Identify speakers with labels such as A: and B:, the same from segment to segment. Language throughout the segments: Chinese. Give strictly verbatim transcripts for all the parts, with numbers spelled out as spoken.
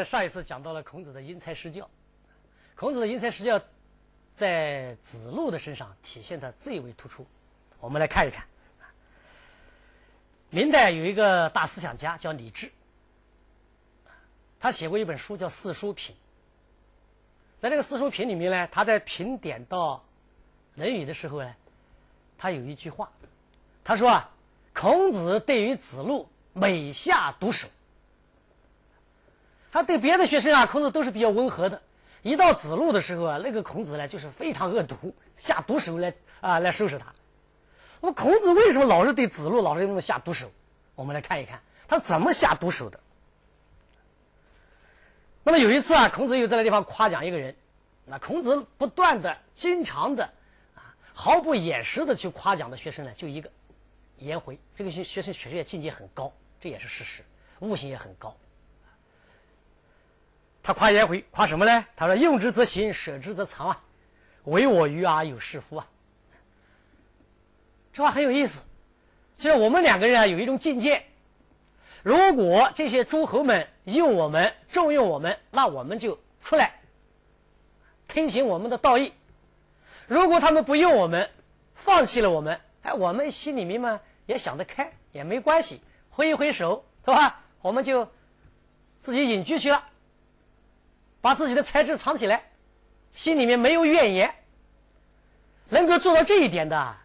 A: 上一次讲到了孔子的因材施教，孔子的因材施教在子路的身上体现的最为突出。我们来看一看，明代有一个大思想家叫李治，他写过一本书叫《四书品》。在这个《四书品》里面呢，他在评点到《论语》的时候呢，他有一句话，他说啊，孔子对于子路每下毒手。他对别的学生啊，孔子都是比较温和的，一到子路的时候啊，那个孔子呢就是非常恶毒，下毒手来啊来收拾他。那么孔子为什么老是对子路老是用下毒手？我们来看一看他怎么下毒手的。那么有一次啊，孔子又在那地方夸奖一个人，那孔子不断的、经常的啊，毫不掩饰的去夸奖的学生呢，就一个颜回。这个学学生确实也境界很高，这也是事实，悟性也很高。他夸颜回，夸什么呢？他说：“用之则行，舍之则藏啊，唯我愚而有是夫啊。”这话很有意思，就是我们两个人啊有一种境界，如果这些诸侯们用我们、重用我们，那我们就出来推行我们的道义；如果他们不用我们，放弃了我们，哎，我们心里面嘛也想得开，也没关系，挥一挥手，是吧？我们就自己隐居去了。把自己的才智藏起来，心里面没有怨言，能够做到这一点的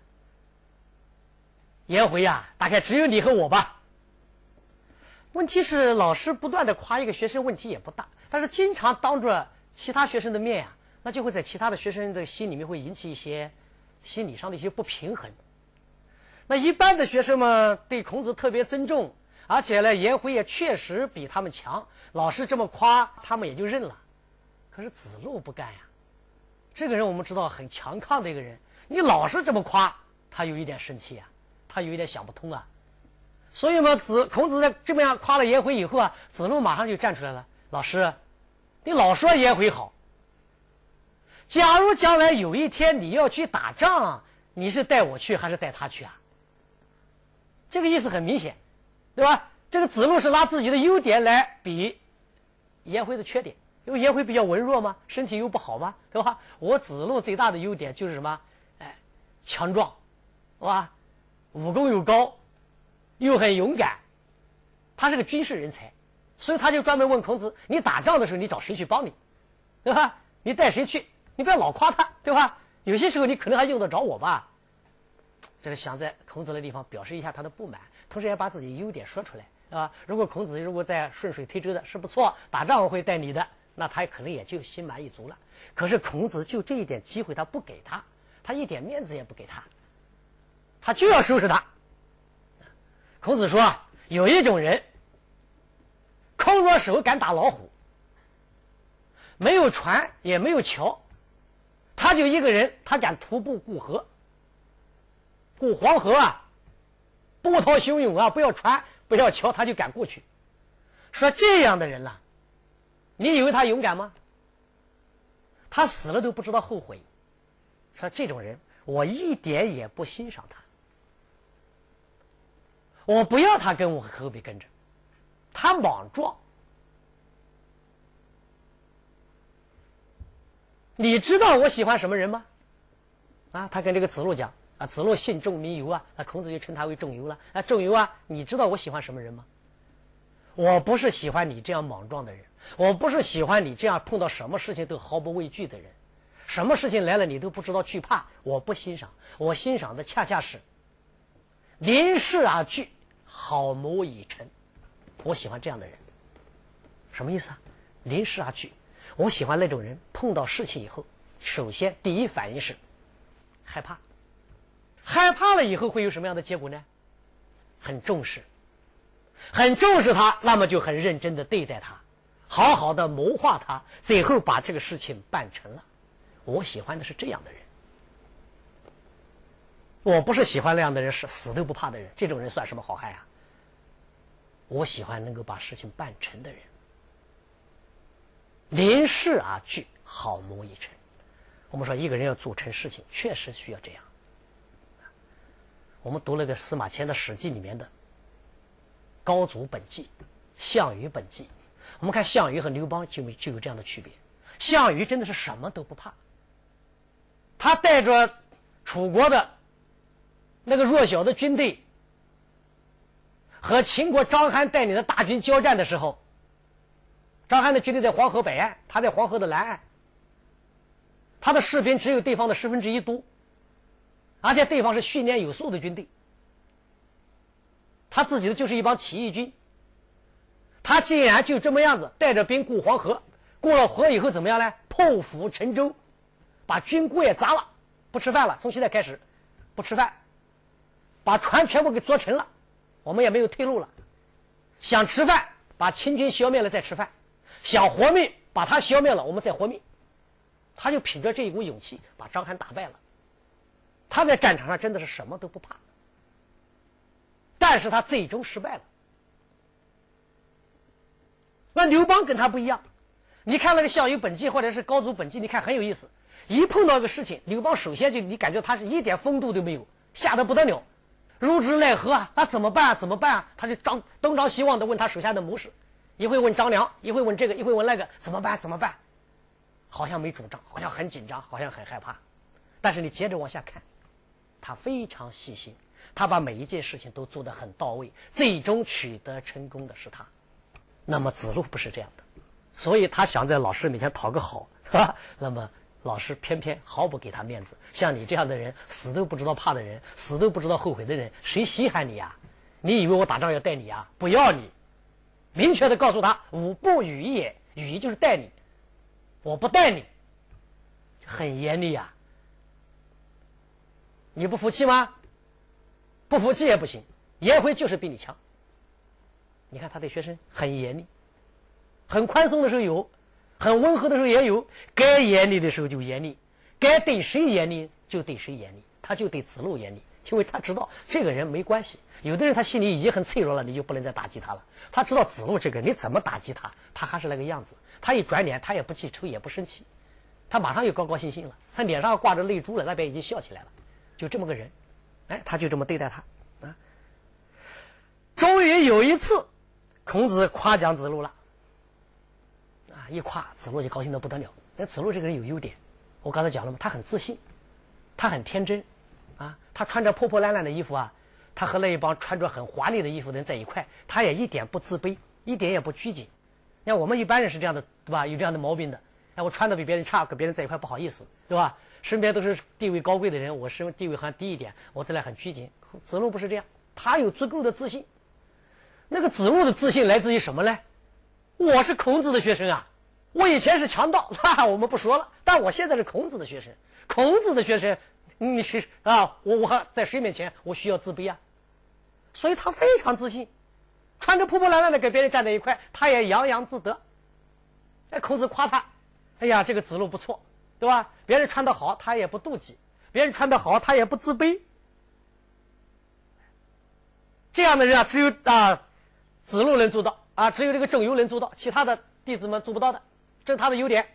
A: 颜回啊，大概只有你和我吧。问题是老师不断的夸一个学生，问题也不大，但是经常当着其他学生的面呀、啊，那就会在其他的学生的心里面会引起一些心理上的一些不平衡。那一般的学生们对孔子特别尊重，而且呢，颜回也确实比他们强，老师这么夸，他们也就认了。可是子路不干呀，这个人我们知道很强抗的一个人，你老是这么夸，他有一点生气啊，他有一点想不通啊。所以嘛，子孔子在这么样夸了颜回以后啊，子路马上就站出来了，老师，你老说颜回好，假如将来有一天你要去打仗，你是带我去还是带他去啊？这个意思很明显，对吧？这个子路是拿自己的优点来比颜回的缺点。因为颜回比较文弱嘛，身体又不好嘛，对吧？我子路最大的优点就是什么？哎，强壮，是吧？武功又高，又很勇敢，他是个军事人才，所以他就专门问孔子：你打仗的时候，你找谁去帮你，对吧？你带谁去？你不要老夸他，对吧？有些时候你可能还用得着我吧？这是想在孔子的地方表示一下他的不满，同时也把自己优点说出来，啊，如果孔子如果在顺水推舟的是不错，打仗我会带你的。那他可能也就心满意足了。可是孔子就这一点机会他不给他，他一点面子也不给他，他就要收拾他。孔子说啊，有一种人空着手敢打老虎，没有船也没有桥，他就一个人，他敢徒步过河，过黄河啊，波涛汹涌啊，不要船不要桥，他就敢过去。说这样的人啊，你以为他勇敢吗？他死了都不知道后悔。说这种人我一点也不欣赏他，我不要他跟我后边跟着，他莽撞。你知道我喜欢什么人吗？啊，他跟这个子路讲啊，子路信仲弥游啊，啊，孔子就称他为仲由了。啊，仲由啊，你知道我喜欢什么人吗？我不是喜欢你这样莽撞的人，我不是喜欢你这样碰到什么事情都毫不畏惧的人，什么事情来了你都不知道惧怕，我不欣赏。我欣赏的恰恰是临事而惧，好谋已成。我喜欢这样的人。什么意思啊？临事而惧，我喜欢那种人，碰到事情以后，首先第一反应是害怕，害怕了以后会有什么样的结果呢？很重视，很重视他，那么就很认真的对待他，好好的谋划他，最后把这个事情办成了。我喜欢的是这样的人，我不是喜欢那样的人，是死都不怕的人，这种人算什么好汉啊？我喜欢能够把事情办成的人。临事而惧，好谋已成。我们说一个人要做成事情，确实需要这样。我们读了个司马迁的《史记》里面的高祖本纪、项羽本纪， 我们看项羽和刘邦就就有这样的区别。项羽真的是什么都不怕，他带着楚国的那个弱小的军队和秦国章邯带领的大军交战的时候，章邯的军队在黄河北岸，他在黄河的南岸，他的士兵只有对方的十分之一多，而且对方是训练有素的军队，他自己的就是一帮起义军。他竟然就这么样子带着兵过黄河，过了河以后怎么样呢？破釜沉舟，把军锅也砸了，不吃饭了，从现在开始不吃饭，把船全部给凿沉了，我们也没有退路了。想吃饭，把秦军消灭了再吃饭；想活命，把他消灭了，我们再活命。他就凭着这一股勇气把章邯打败了。他在战场上真的是什么都不怕，但是他最终失败了。那刘邦跟他不一样，你看那个项羽本纪或者是高祖本纪，你看很有意思。一碰到一个事情，刘邦首先就你感觉他是一点风度都没有，吓得不得了，如之奈何啊？那怎么办啊？怎么办啊？他就张东张西望的问他手下的谋士，一会问张良，一会问这个，一会问那个，怎么办？怎么办？好像没主张，好像很紧张，好像很害怕。但是你接着往下看，他非常细心，他把每一件事情都做得很到位，最终取得成功的是他。那么子路不是这样的，所以他想在老师面前讨个好，是吧？那么老师偏偏毫不给他面子。像你这样的人，死都不知道怕的人，死都不知道后悔的人，谁稀罕你呀？你以为我打仗要带你呀？不要你，明确的告诉他，吾不与也，与就是带你，我不带你，很严厉呀。你不服气吗？不服气也不行，颜回就是比你强。你看他对学生很严厉，很宽松的时候有，很温和的时候也有，该严厉的时候就严厉，该对谁严厉就对谁严厉。他就对子路严厉，因为他知道这个人没关系。有的人他心里已经很脆弱了，你就不能再打击他了。他知道子路这个人，你怎么打击他，他还是那个样子。他一转脸，他也不记仇，也不生气，他马上就高高兴兴了，他脸上挂着泪珠了，那边已经笑起来了。就这么个人，哎，他就这么对待他啊。终于有一次，孔子夸奖子路了，啊，一夸子路就高兴得不得了。那子路这个人有优点，我刚才讲了嘛，他很自信，他很天真，啊，他穿着破破烂烂的衣服啊，他和那一帮穿着很华丽的衣服的人在一块，他也一点不自卑，一点也不拘谨。像我们一般人是这样的，对吧？有这样的毛病的，哎，我穿的比别人差，跟别人在一块不好意思，对吧？身边都是地位高贵的人，我身地位还低一点，我自来很拘谨。子路不是这样，他有足够的自信。那个子路的自信来自于什么呢？我是孔子的学生啊，我以前是强盗，哈哈，我们不说了，但我现在是孔子的学生。孔子的学生，你是啊，我我在谁面前我需要自卑啊？所以他非常自信，穿着破破烂烂的跟别人站在一块，他也洋洋自得。哎，孔子夸他，哎呀，这个子路不错，对吧？别人穿得好，他也不妒忌；别人穿得好，他也不自卑。这样的人啊，只有啊。子路能做到啊，只有这个郑由能做到，其他的弟子们做不到的，这是他的优点。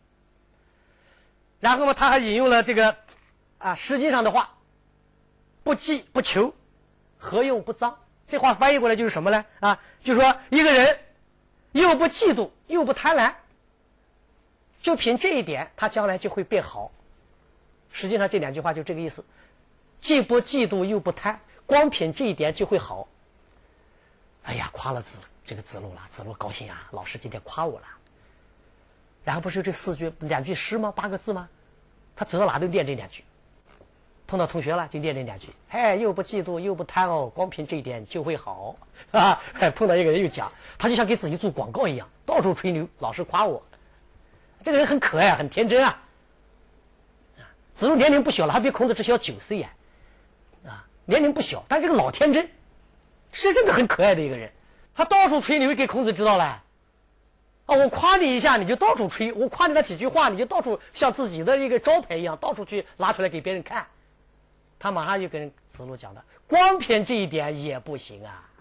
A: 然后嘛，他还引用了这个啊《诗经》上的话：“不嫉不求，何用不臧？”这话翻译过来就是什么呢？啊，就是说一个人又不嫉妒又不贪婪，就凭这一点，他将来就会变好。实际上这两句话就这个意思：既不嫉妒又不贪，光凭这一点就会好。哎呀，夸了子这个子路了，子路高兴啊，老师今天夸我了。然后不是这四句两句诗吗？八个字吗？他走到哪都念这两句，碰到同学了就念这两句。哎，又不嫉妒又不贪哦，光凭这一点就会好啊！碰到一个人又讲，他就像给自己做广告一样，到处吹牛，老师夸我。这个人很可爱，很天真啊。子路年龄不小了，还比孔子只小九岁呀，啊，年龄不小，但这个老天真。是真的很可爱的一个人，他到处吹牛给孔子知道了，啊，我夸你一下你就到处吹，我夸你那几句话你就到处像自己的一个招牌一样到处去拉出来给别人看。他马上就跟子路讲的，光凭这一点也不行啊，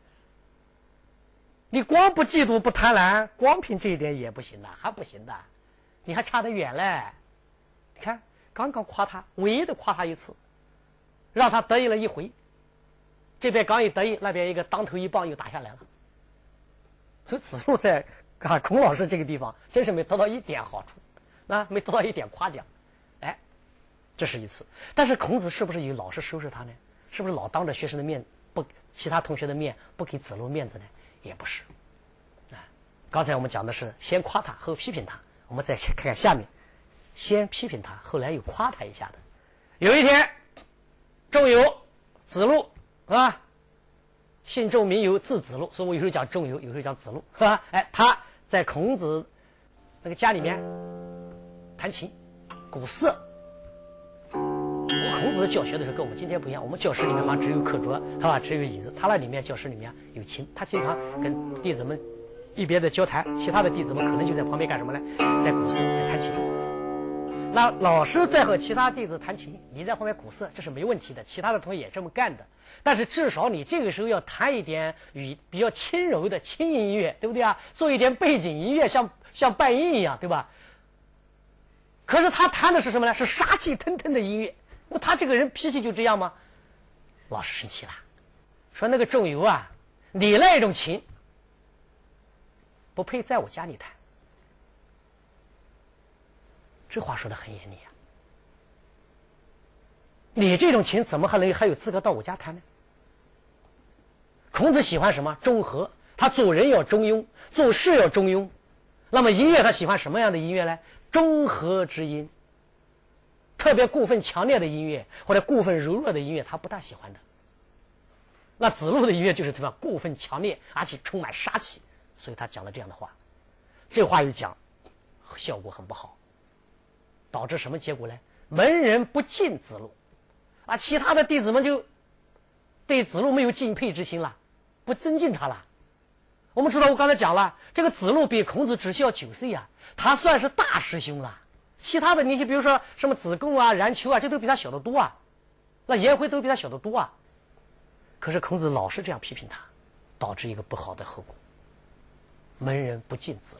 A: 你光不嫉妒不贪婪，光凭这一点也不行的，还不行的，你还差得远嘞。你看刚刚夸他，唯一的夸他一次，让他得意了一回，这边刚一得意，那边一个当头一棒又打下来了。所以子路在啊，孔老师这个地方真是没得到一点好处，啊，没得到一点夸奖，哎，这是一次。但是孔子是不是有老是收拾他呢？是不是老当着学生的面不其他同学的面不给子路面子呢？也不是。啊，刚才我们讲的是先夸他后批评他，我们再看看下面，先批评他，后来又夸他一下的。有一天，仲由、子路啊，姓仲名由，字子路，所以我有时候讲仲由，有时候讲子路，是吧？哎，他在孔子那个家里面弹琴、鼓瑟。孔子教学的时候跟我们今天不一样，我们教室里面好像只有课桌，是吧？只有椅子。他那里面教室里面有琴，他经常跟弟子们一边在交谈，其他的弟子们可能就在旁边干什么呢？在鼓瑟，在弹琴。那老师在和其他弟子弹琴，你在旁边鼓瑟，这是没问题的，其他的同学也这么干的。但是至少你这个时候要弹一点与比较轻柔的轻音乐，对不对啊？做一点背景音乐，像像伴音一样，对吧？可是他弹的是什么呢？是杀气腾腾的音乐。那他这个人脾气就这样吗？老师生气了，说那个仲由啊，你那种琴不配在我家里弹。这话说的很严厉啊！你这种琴怎么还能还有资格到我家弹呢？孔子喜欢什么？中和，他做人要中庸，做事要中庸。那么音乐他喜欢什么样的音乐呢？中和之音。特别过分强烈的音乐或者过分柔弱的音乐他不大喜欢的。那子路的音乐就是对吧？过分强烈而且充满杀气，所以他讲了这样的话。这话一讲效果很不好，导致什么结果呢？门人不敬子路啊，其他的弟子们就对子路没有敬佩之心了，不尊敬他了。我们知道我刚才讲了，这个子路比孔子只小九岁啊，他算是大师兄了。其他的那些比如说什么子贡啊、冉求啊，这都比他小得多啊，那颜回都比他小得多啊。可是孔子老是这样批评他，导致一个不好的后果，门人不敬子路，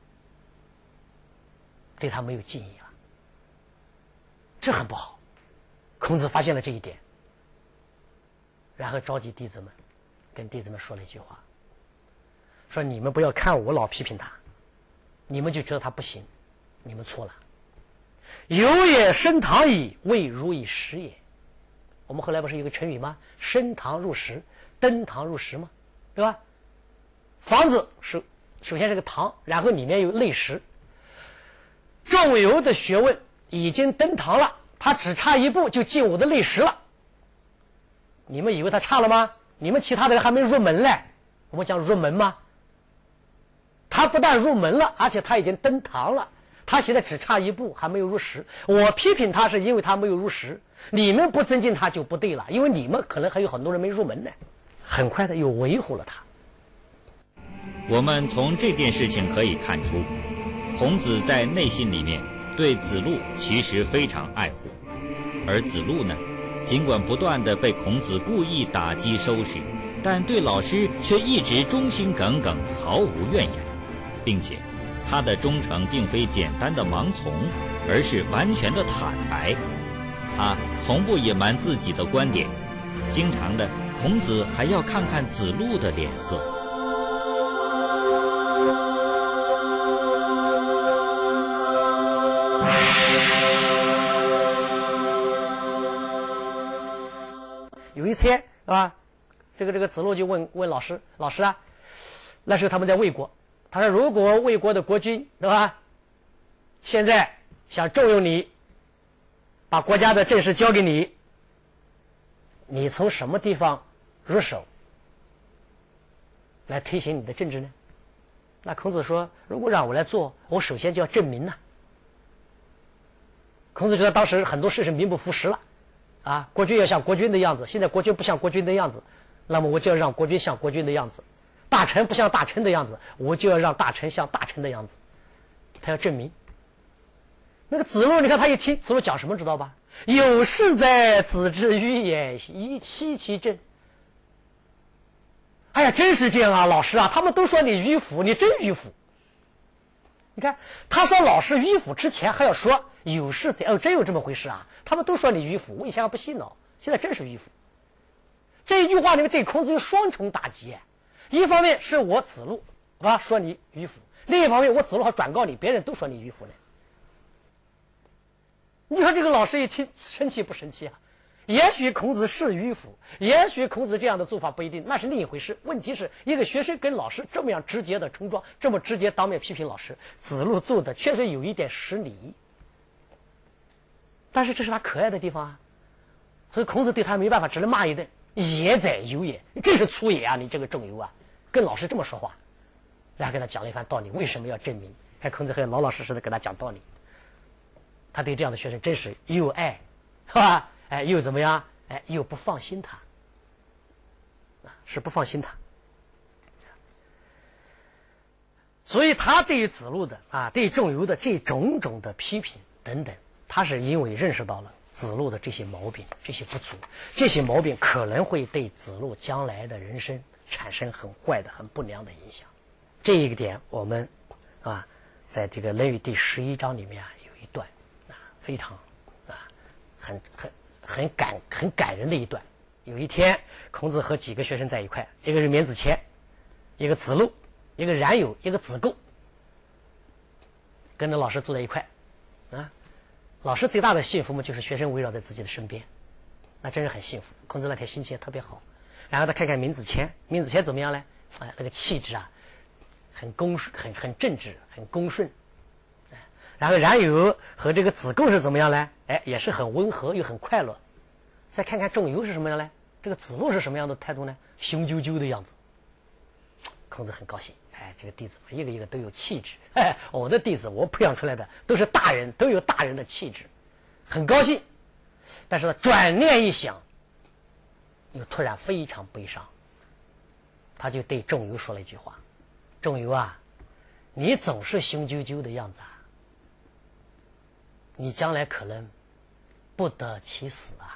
A: 对他没有敬意了，这很不好。孔子发现了这一点，然后召集弟子们，跟弟子们说了一句话，说你们不要看我老批评他，你们就觉得他不行，你们错了。有也升堂矣，未如以石也。我们后来不是有个成语吗？升堂入室，登堂入室吗？对吧？房子是首先是个堂，然后里面有内室。仲由的学问已经登堂了，他只差一步就进我的内室了。你们以为他差了吗？你们其他的人还没入门嘞。我们讲入门吗？他不但入门了，而且他已经登堂了。他现在只差一步，还没有入室。我批评他是因为他没有入室，你们不尊敬他就不对了，因为你们可能还有很多人没入门呢。很快的又维护了他。
B: 我们从这件事情可以看出，孔子在内心里面对子路其实非常爱护，而子路呢，尽管不断的被孔子故意打击收拾，但对老师却一直忠心耿耿，毫无怨言，并且他的忠诚并非简单的盲从，而是完全的坦白。他从不隐瞒自己的观点，经常的孔子还要看看子路的脸色。
A: 有一天啊，这个这个子路就问问老师，老师啊，那时候他们在魏国，他说如果魏国的国君对吧，现在想重用你，把国家的政事交给你，你从什么地方入手来推行你的政治呢？那孔子说，如果让我来做，我首先就要正名呐、啊。孔子觉得当时很多事是名不副实了啊，国君要像国君的样子，现在国君不像国君的样子，那么我就要让国君像国君的样子，大臣不像大臣的样子，我就要让大臣像大臣的样子。他要证明。那个子路，你看他一听子路讲什么知道吧？有事在，子之迂也，以息其政。哎呀，真是这样啊，老师啊，他们都说你迂腐，你真迂腐。你看他说老师迂腐之前还要说有事在，哦，真有这么回事啊！他们都说你迂腐，我以前还不信呢，现在真是迂腐。这一句话里面对孔子有双重打击，一方面是我子路啊说你迂腐， 另一方面，我子路还转告你，别人都说你迂腐呢。你说这个老师一听生气不生气啊？也许孔子是迂腐，也许孔子这样的做法不一定，那是另一回事。问题是一个学生跟老师这么样直接的冲撞，这么直接当面批评老师，子路做的确实有一点失礼，但是这是他可爱的地方啊。所以孔子对他没办法，只能骂一顿：“也在有也，真是粗野啊！你这个仲由啊，跟老师这么说话。”然后跟他讲了一番道理，为什么要证明？看孔子还老老实实的跟他讲道理。他对这样的学生真是又爱，是吧？哎，又怎么样？哎，又不放心他，是不放心他。所以他对于子路的啊，对仲由的这种种的批评等等，他是因为认识到了子路的这些毛病、这些不足，这些毛病可能会对子路将来的人生产生很坏的、很不良的影响。这一个点，我们啊，在这个《论语》第十一章里面啊，有一段啊，非常啊，很很很感很感人的一段。有一天，孔子和几个学生在一块，一个是免子虔，一个子路，一个冉有，一个子贡，跟着老师坐在一块啊。老师最大的幸福嘛，就是学生围绕在自己的身边，那真是很幸福。孔子那天心情也特别好。然后他看看闵子骞，闵子骞怎么样呢？哎，那个气质啊，很恭很很正直，很恭顺。哎，然后冉有和这个子贡是怎么样呢？哎，也是很温和又很快乐。再看看仲由是什么样呢？这个子路是什么样的态度呢？雄赳赳的样子。孔子很高兴，哎，这个弟子们一个一个都有气质。哎，我的弟子我培养出来的都是大人，都有大人的气质，很高兴。但是呢，转念一想，又突然非常悲伤。他就对仲由说了一句话：“仲由啊，你总是雄赳赳的样子啊，你将来可能不得其死啊。”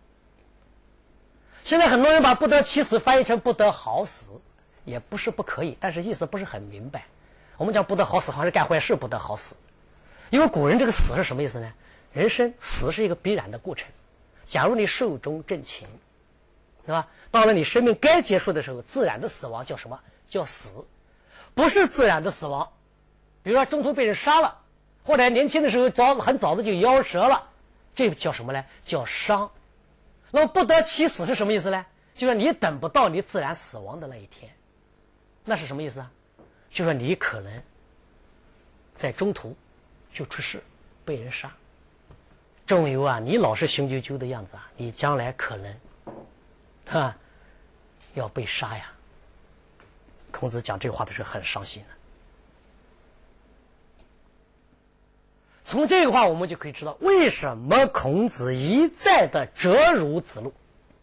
A: 现在很多人把不得其死翻译成不得好死，也不是不可以，但是意思不是很明白。我们讲不得好死，好像是干坏事不得好死。因为古人这个死是什么意思呢？人生死是一个必然的过程。假如你寿终正寝，对吧？到了你生命该结束的时候，自然的死亡叫什么？叫死，不是自然的死亡。比如说中途被人杀了，或者年轻的时候早很早的就夭折了，这叫什么呢？叫伤。那么不得其死是什么意思呢？就是你等不到你自然死亡的那一天。那是什么意思啊？就说你可能在中途就出事，被人杀。仲由啊，你老是雄赳赳的样子啊，你将来可能啊要被杀呀。孔子讲这个话的时候很伤心的。从这个话我们就可以知道，为什么孔子一再的折辱子路。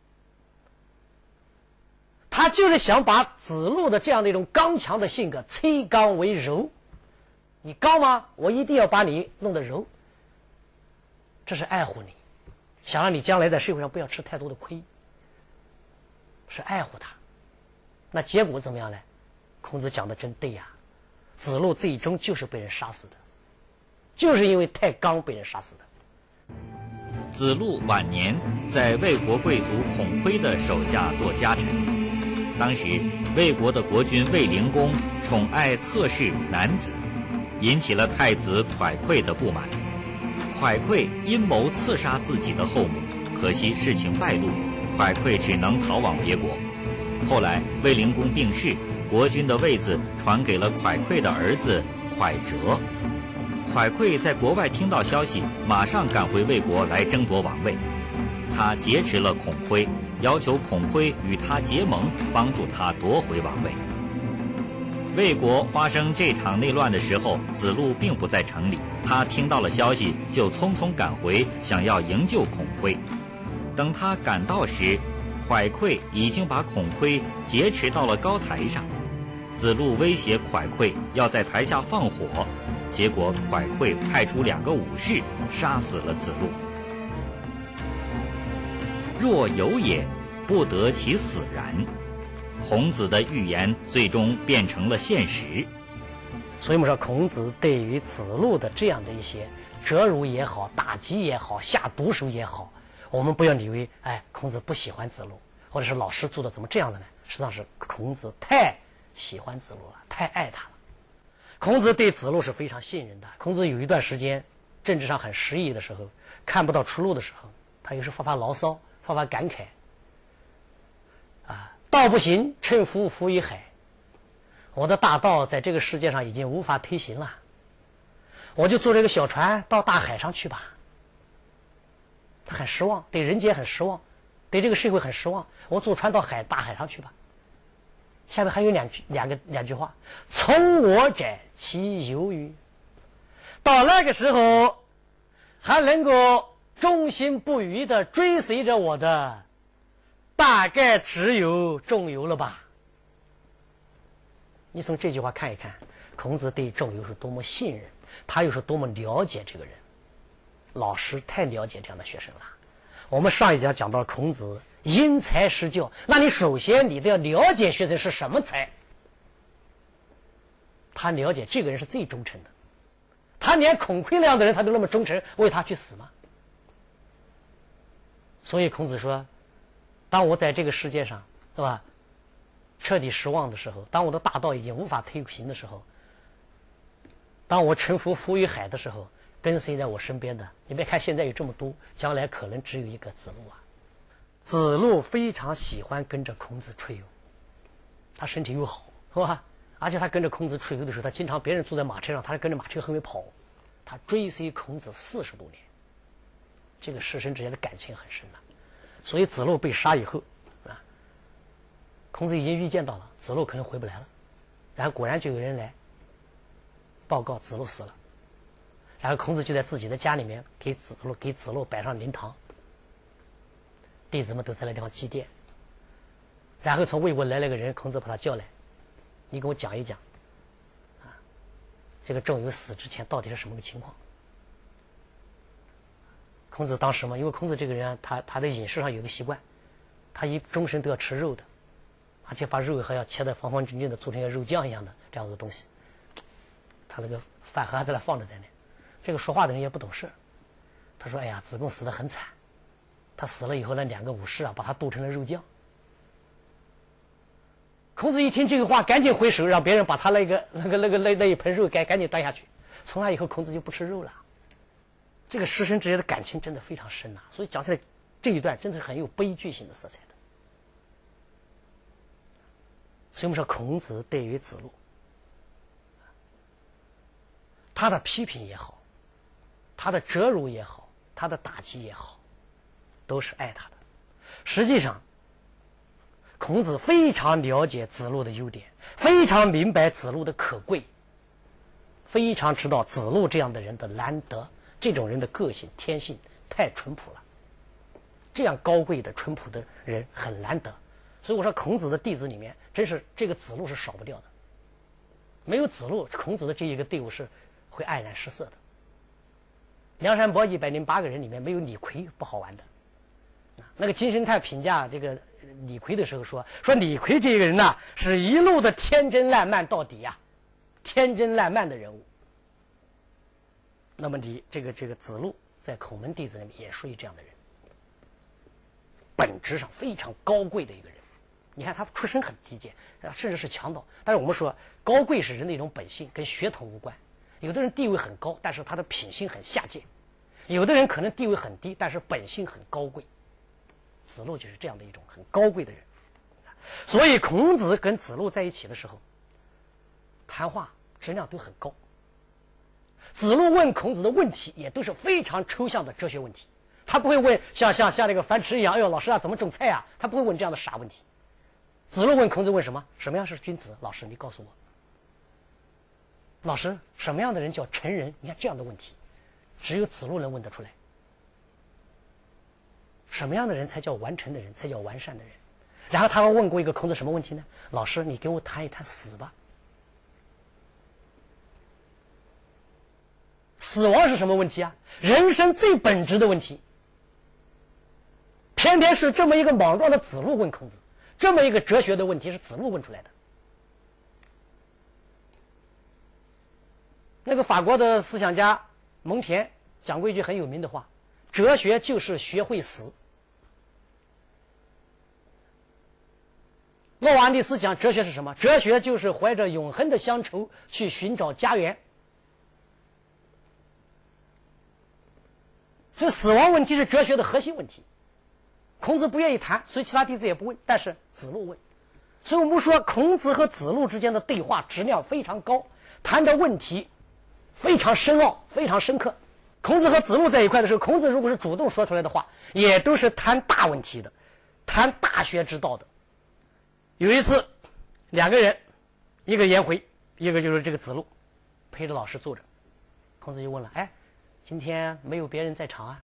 A: 他就是想把子路的这样的一种刚强的性格催刚为柔。你刚吗？我一定要把你弄得柔。这是爱护你，想让你将来在社会上不要吃太多的亏，是爱护他。那结果怎么样呢？孔子讲的真对呀，子路最终就是被人杀死的，就是因为太刚被人杀死的。
B: 子路晚年在魏国贵族孔辉的手下做家臣。当时魏国的国君卫灵公宠爱侧室男子，引起了太子蒯聩的不满。蒯聩阴谋刺杀自己的后母，可惜事情败露，蒯聩只能逃往别国。后来卫灵公病逝，国君的位子传给了蒯聩的儿子蒯哲。蒯聩在国外听到消息，马上赶回魏国来争夺王位。他劫持了孔辉，要求孔辉与他结盟，帮助他夺回王位。魏国发生这场内乱的时候，子路并不在城里，他听到了消息就匆匆赶回，想要营救孔辉。等他赶到时，蒯聩已经把孔辉劫持到了高台上。子路威胁蒯聩要在台下放火，结果蒯聩派出两个武士杀死了子路。若有也，不得其死然。孔子的预言最终变成了现实。
A: 所以我们说，孔子对于子路的这样的一些折辱也好，打击也好，下毒手也好，我们不要以为哎，孔子不喜欢子路，或者是老师做的怎么这样的呢？实际上是孔子太喜欢子路了，太爱他了。 孔子对子路是非常信任的。孔子有一段时间政治上很失意的时候，看不到出路的时候，他有时发发牢骚，发发感慨啊，道不行，乘夫浮于海。我的大道在这个世界上已经无法推行了，我就坐这个小船到大海上去吧。他很失望，对人间很失望，对这个社会很失望。我坐船到海大海上去吧。下面还有两句两个两句话：从我者其由于。到那个时候，还能够忠心不渝的追随着我的，大概只有仲由了吧。你从这句话看一看，孔子对仲由是多么信任，他又是多么了解这个人。老师太了解这样的学生了。我们上一讲讲到孔子因材施教，那你首先你都要了解学生是什么才。他了解这个人是最忠诚的，他连孔亏那样的人他都那么忠诚，为他去死吗？所以孔子说，当我在这个世界上，对吧，彻底失望的时候，当我的大道已经无法推行的时候，当我臣服浮于海的时候，跟随在我身边的，你别看现在有这么多，将来可能只有一个子路啊。子路非常喜欢跟着孔子出游，他身体又好，是吧？而且他跟着孔子出游的时候，他经常别人坐在马车上，他跟着马车后面跑，他追随孔子四十多年，这个师生之间的感情很深的。所以子路被杀以后啊，孔子已经预见到了子路可能回不来了，然后果然就有人来报告子路死了。然后孔子就在自己的家里面给子路给子路摆上灵堂，弟子们都在那地方祭奠。然后从魏国来了个人，孔子把他叫来，你给我讲一讲啊，这个仲由死之前到底是什么个情况。孔子当时嘛，因为孔子这个人他他的饮食上有个习惯，他一终身都要吃肉的，而且把肉还要切得方方正正的，做成像肉酱一样的这样的东西，他那个饭盒还在那放着在那。这个说话的人也不懂事，他说：“哎呀，子贡死得很惨，他死了以后，那两个武士啊，把他剁成了肉酱。”孔子一听这个话，赶紧挥手让别人把他那个那个那个那那一盆肉赶赶紧端下去。从那以后，孔子就不吃肉了。这个师生之间的感情真的非常深呐、啊，所以讲起来这一段真的是很有悲剧性的色彩的。所以我们说，孔子对于子路，他的批评也好，他的折辱也好，他的打击也好，都是爱他的。实际上，孔子非常了解子路的优点，非常明白子路的可贵，非常知道子路这样的人的难得，这种人的个性天性太淳朴了，这样高贵的淳朴的人很难得。所以我说，孔子的弟子里面，真是这个子路是少不掉的。没有子路，孔子的这一个队伍是会黯然失色的。梁山伯一百零八个人里面没有李逵不好玩的。那个金圣叹评价这个李逵的时候说：“说李逵这个人呐、啊，是一路的天真烂漫到底呀、啊，天真烂漫的人物。”那么你这个这个子路在孔门弟子里面也属于这样的人，本质上非常高贵的一个人。你看他出身很低贱，甚至是强盗。但是我们说高贵是人的一种本性，跟血统无关。有的人地位很高，但是他的品性很下贱；有的人可能地位很低，但是本性很高贵。子路就是这样的一种很高贵的人。所以孔子跟子路在一起的时候，谈话质量都很高。子路问孔子的问题也都是非常抽象的哲学问题，他不会问像像像那个樊迟一样，哎呦老师啊怎么种菜啊，他不会问这样的傻问题。子路问孔子问什么？什么样是君子？老师你告诉我。老师，什么样的人叫成人？你看这样的问题，只有子路能问得出来。什么样的人才叫完成的人，才叫完善的人？然后他还问过一个孔子什么问题呢？老师，你给我谈一谈死吧。死亡是什么问题啊？人生最本质的问题。偏偏是这么一个莽撞的子路问孔子，这么一个哲学的问题是子路问出来的。那个法国的思想家蒙恬讲过一句很有名的话：哲学就是学会死。 诺瓦安蒂斯讲哲学是什么？哲学就是怀着永恒的乡愁去寻找家园。所以死亡问题是哲学的核心问题。孔子不愿意谈，所以其他弟子也不问，但是子路问。所以我们说孔子和子路之间的对话质量非常高，谈的问题非常深奥，非常深刻。孔子和子路在一块的时候，孔子如果是主动说出来的话，也都是谈大问题的，谈大学之道的。有一次两个人，一个颜回，一个就是这个子路，陪着老师坐着。孔子就问了，哎，今天没有别人在场啊？